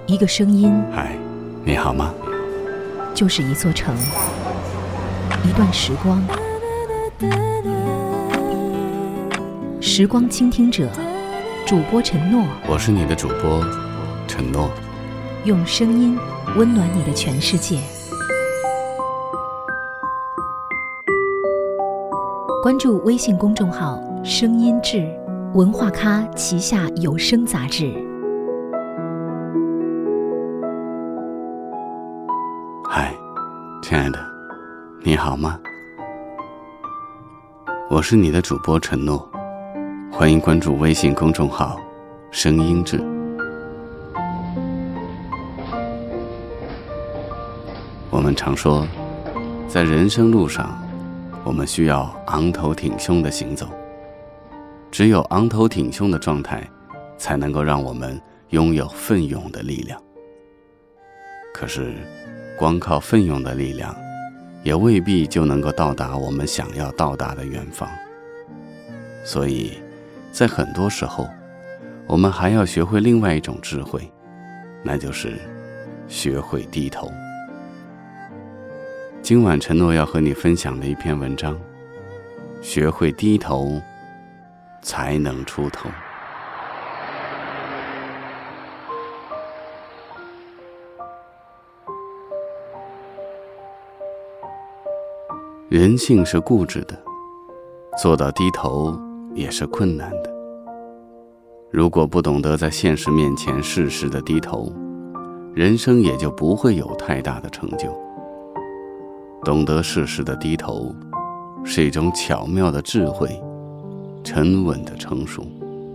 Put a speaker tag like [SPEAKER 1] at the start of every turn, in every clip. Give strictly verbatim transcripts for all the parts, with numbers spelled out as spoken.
[SPEAKER 1] 一个声音，
[SPEAKER 2] 嗨，你好吗？
[SPEAKER 1] 就是一座城，一段时光。时光倾听者，主播陈诺。
[SPEAKER 2] 我是你的主播陈诺，
[SPEAKER 1] 用声音温暖你的全世界。关注微信公众号声音志，文化咖旗下有声杂志。
[SPEAKER 2] 嗨，亲爱的，你好吗？我是你的主播陈诺，欢迎关注微信公众号声音志。我们常说，在人生路上，我们需要昂头挺胸地行走，只有昂头挺胸的状态，才能够让我们拥有奋勇的力量。可是光靠奋勇的力量，也未必就能够到达我们想要到达的远方。所以在很多时候，我们还要学会另外一种智慧，那就是学会低头。今晚承诺要和你分享的一篇文章，学会低头才能出头。人性是固执的，做到低头也是困难的。如果不懂得在现实面前适时的低头，人生也就不会有太大的成就。懂得适时的低头，是一种巧妙的智慧，沉稳的成熟。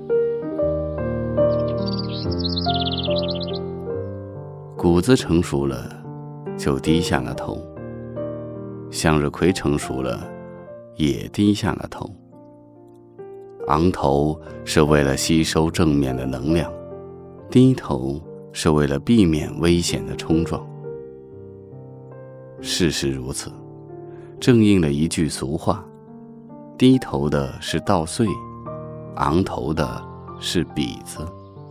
[SPEAKER 2] 谷子成熟了，就低下了头；向日葵成熟了，也低下了头。昂头是为了吸收正面的能量，低头是为了避免危险的冲撞。事实如此，正应了一句俗话：低头的是稻穗，昂头的是秕子。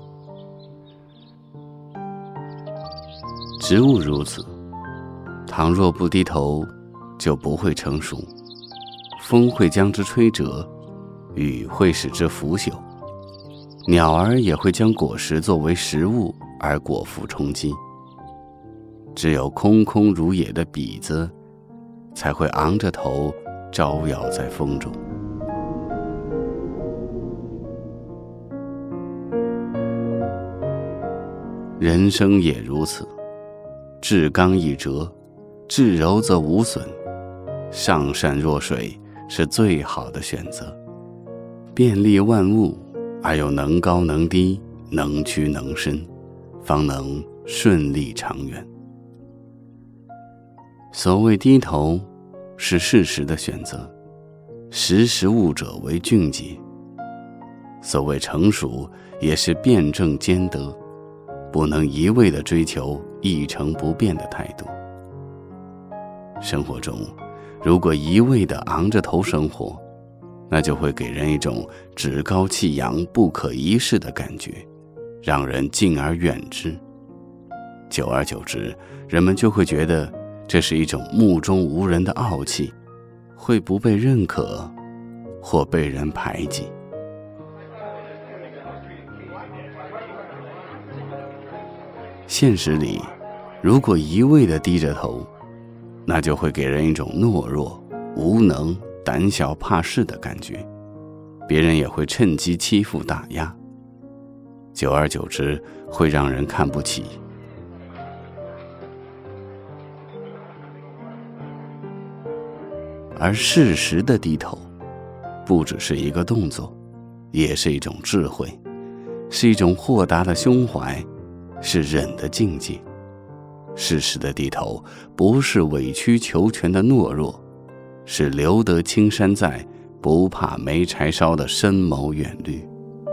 [SPEAKER 2] 植物如此，倘若不低头，就不会成熟。风会将之吹折，雨会使之腐朽，鸟儿也会将果实作为食物而果腹充饥。只有空空如也的秕子，才会昂着头招摇在风中。人生也如此，至刚易折，至柔则无损。上善若水是最好的选择，遍历万物，而又能高能低，能屈能伸，方能顺利长远。所谓低头，是适时的选择，识时务者为俊杰。所谓成熟，也是辩证兼得，不能一味地追求一成不变的态度。生活中，如果一味地昂着头生活，那就会给人一种趾高气扬、不可一世的感觉，让人敬而远之。久而久之，人们就会觉得这是一种目中无人的傲气，会不被认可，或被人排挤。现实里，如果一味地低着头，那就会给人一种懦弱、无能、胆小怕事的感觉，别人也会趁机欺负打压，久而久之会让人看不起。而适时的低头，不只是一个动作，也是一种智慧，是一种豁达的胸怀，是忍的境界。适时的低头，不是委曲求全的懦弱，是留得青山在，不怕没柴烧的深谋远虑。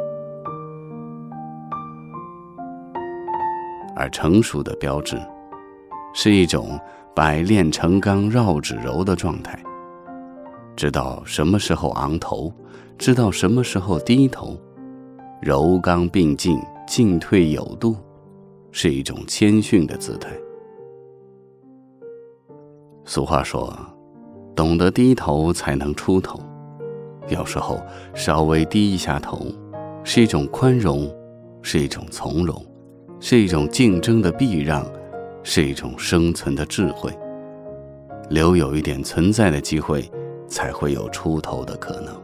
[SPEAKER 2] 而成熟的标志，是一种百炼成钢绕指柔的状态，知道什么时候昂头，知道什么时候低头，柔刚并进，进退有度， 是一种谦逊的姿态。俗话说，懂得低头才能出头。有时候稍微低一下头，是一种宽容，是一种从容，是一种竞争的避让，是一种生存的智慧。留有一点存在的机会，才会有出头的可能。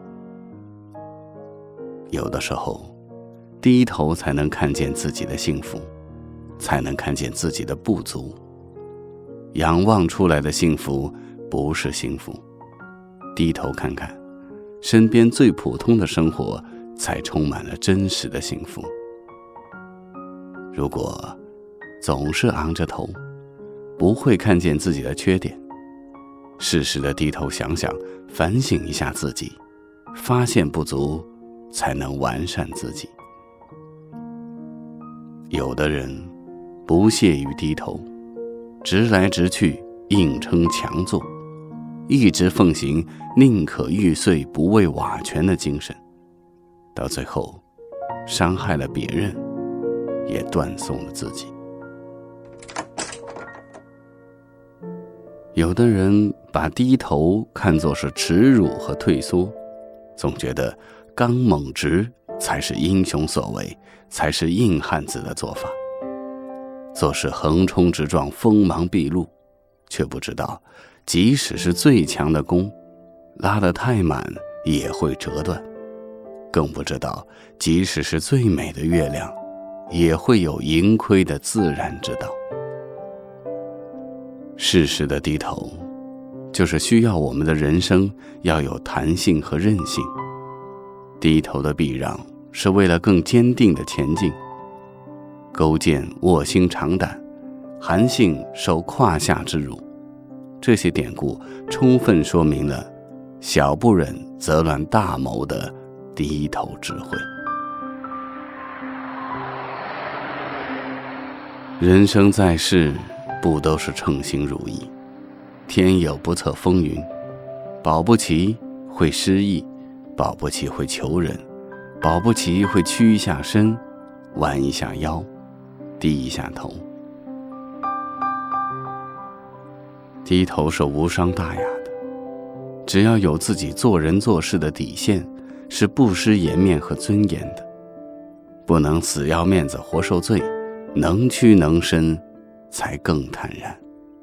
[SPEAKER 2] 有的时候，低头才能看见自己的幸福，才能看见自己的不足。仰望出来的幸福不是幸福，低头看看身边最普通的生活，才充满了真实的幸福。如果总是昂着头，不会看见自己的缺点，适时的低头想想，反省一下自己，发现不足，才能完善自己。有的人不屑于低头，直来直去，硬撑强做，一直奉行宁可玉碎不为瓦全的精神，到最后伤害了别人，也断送了自己。有的人把低头看作是耻辱和退缩，总觉得刚猛直才是英雄所为，才是硬汉子的做法。做事横冲直撞，锋芒毕露，却不知道即使是最强的弓，拉得太满也会折断，更不知道即使是最美的月亮，也会有盈亏的自然之道。适时的低头，就是需要我们的人生要有弹性和韧性。低头的避让，是为了更坚定的前进。勾践卧薪尝胆，韩信受胯下之辱，这些典故充分说明了小不忍则乱大谋的低头智慧。人生在世，不都是称心如意？天有不测风云，保不齐会失意，保不齐会求人，保不齐会屈一下身，弯一下腰，低一下头。低头是无伤大雅的，只要有自己做人做事的底线，是不失颜面和尊严的。不能死要面子活受罪，能屈能伸才更坦然。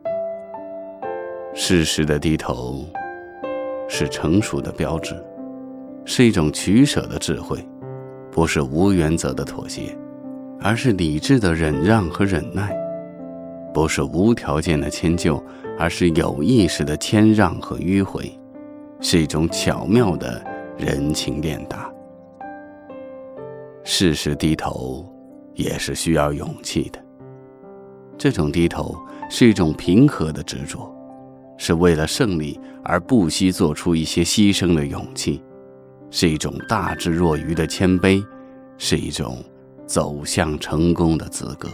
[SPEAKER 2] 适时的低头是成熟的标志，是一种取舍的智慧，不是无原则的妥协，而是理智的忍让和忍耐；不是无条件的迁就，而是有意识的谦让和迂回，是一种巧妙的人情练达。适时低头也是需要勇气的，这种低头是一种平和的执着，是为了胜利而不惜做出一些牺牲的勇气，是一种大智若愚的谦卑，是一种走向成功的资格。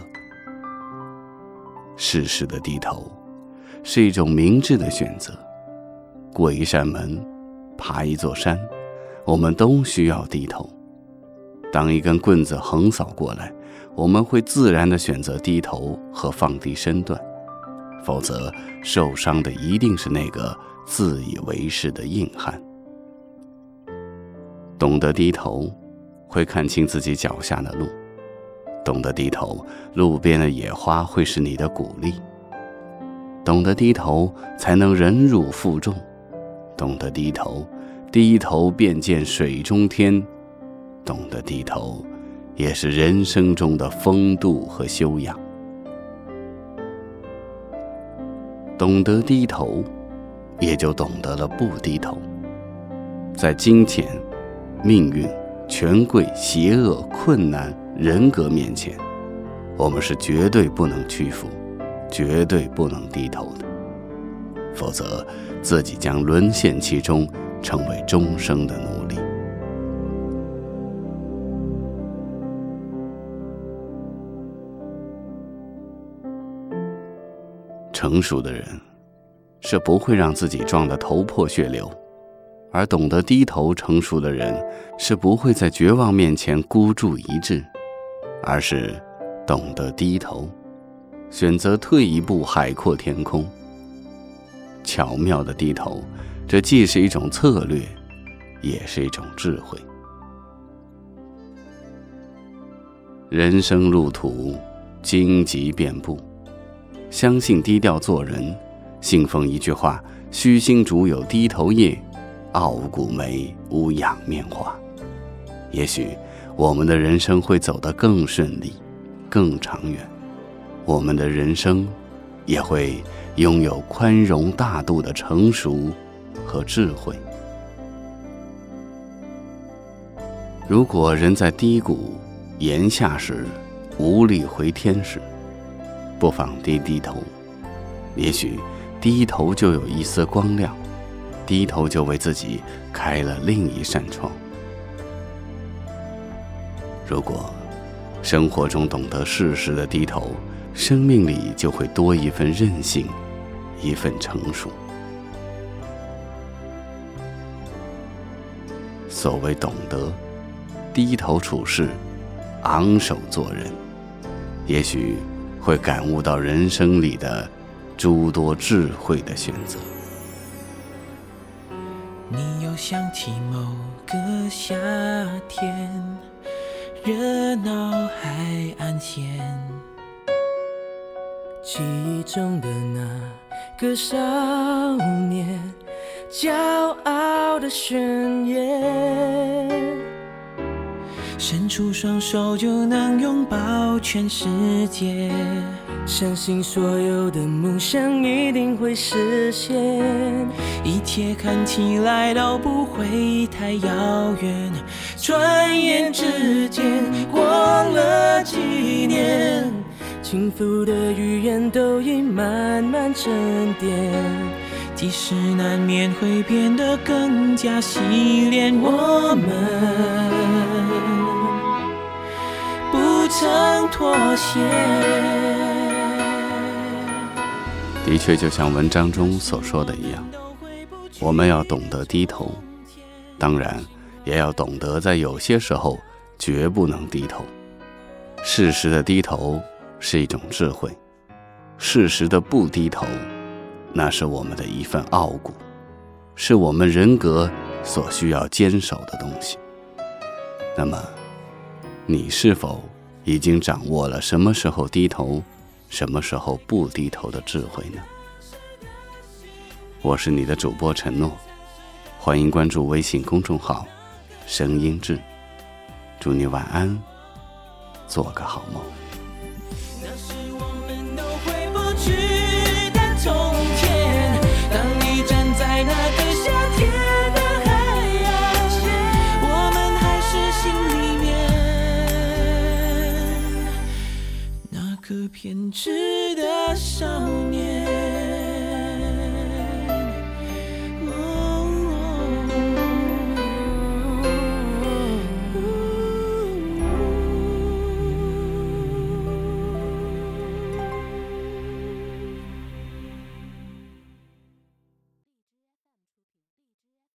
[SPEAKER 2] 适时的低头是一种明智的选择。过一扇门，爬一座山，我们都需要低头。当一根棍子横扫过来，我们会自然地选择低头和放低身段，否则受伤的一定是那个自以为是的硬汉。懂得低头，会看清自己脚下的路；懂得低头，路边的野花会是你的鼓励；懂得低头，才能忍辱负重；懂得低头，低头便见水中天；懂得低头，也是人生中的风度和修养。懂得低头，也就懂得了不低头。在金钱、命运、权贵、邪恶、困难、人格面前，我们是绝对不能屈服，绝对不能低头的，否则自己将沦陷其中，成为终生的奴隶。成熟的人是不会让自己撞得头破血流，而懂得低头成熟的人是不会在绝望面前孤注一掷，而是懂得低头，选择退一步海阔天空。巧妙的低头，这既是一种策略，也是一种智慧。人生路途，荆棘遍布，相信低调做人，信奉一句话：虚心竹有低头叶，傲骨梅无仰面花。也许我们的人生会走得更顺利，更长远，我们的人生也会拥有宽容大度的成熟和智慧。如果人在低谷炎夏时无力回天时，不妨低低头，也许低头就有一丝光亮，低头就为自己开了另一扇窗。如果生活中懂得适时的低头，生命里就会多一份韧性，一份成熟。所谓懂得，低头处事，昂首做人，也许会感悟到人生里的诸多智慧的选择。
[SPEAKER 3] 你又想起某个夏天，热闹海岸线，记忆中的那个少年，骄傲的宣言，伸出双手就能拥抱全世界，相信所有的梦想一定会实现，一切看起来都不会太遥远，转眼之间过了几年，轻浮的语言都已慢慢沉淀，即使难免会变得更加洗练，我们不曾妥协。
[SPEAKER 2] 的确，就像文章中所说的一样，我们要懂得低头，当然也要懂得在有些时候绝不能低头。适时的低头是一种智慧，适时的不低头，那是我们的一份傲骨，是我们人格所需要坚守的东西。那么你是否已经掌握了什么时候低头，什么时候不低头的智慧呢？我是你的主播陈诺，欢迎关注微信公众号声音志，祝你晚安，做个好梦。
[SPEAKER 3] 那是我们都回不去的从前，当你站在那个夏天的海岸线，我们还是心里面那个偏执的少年。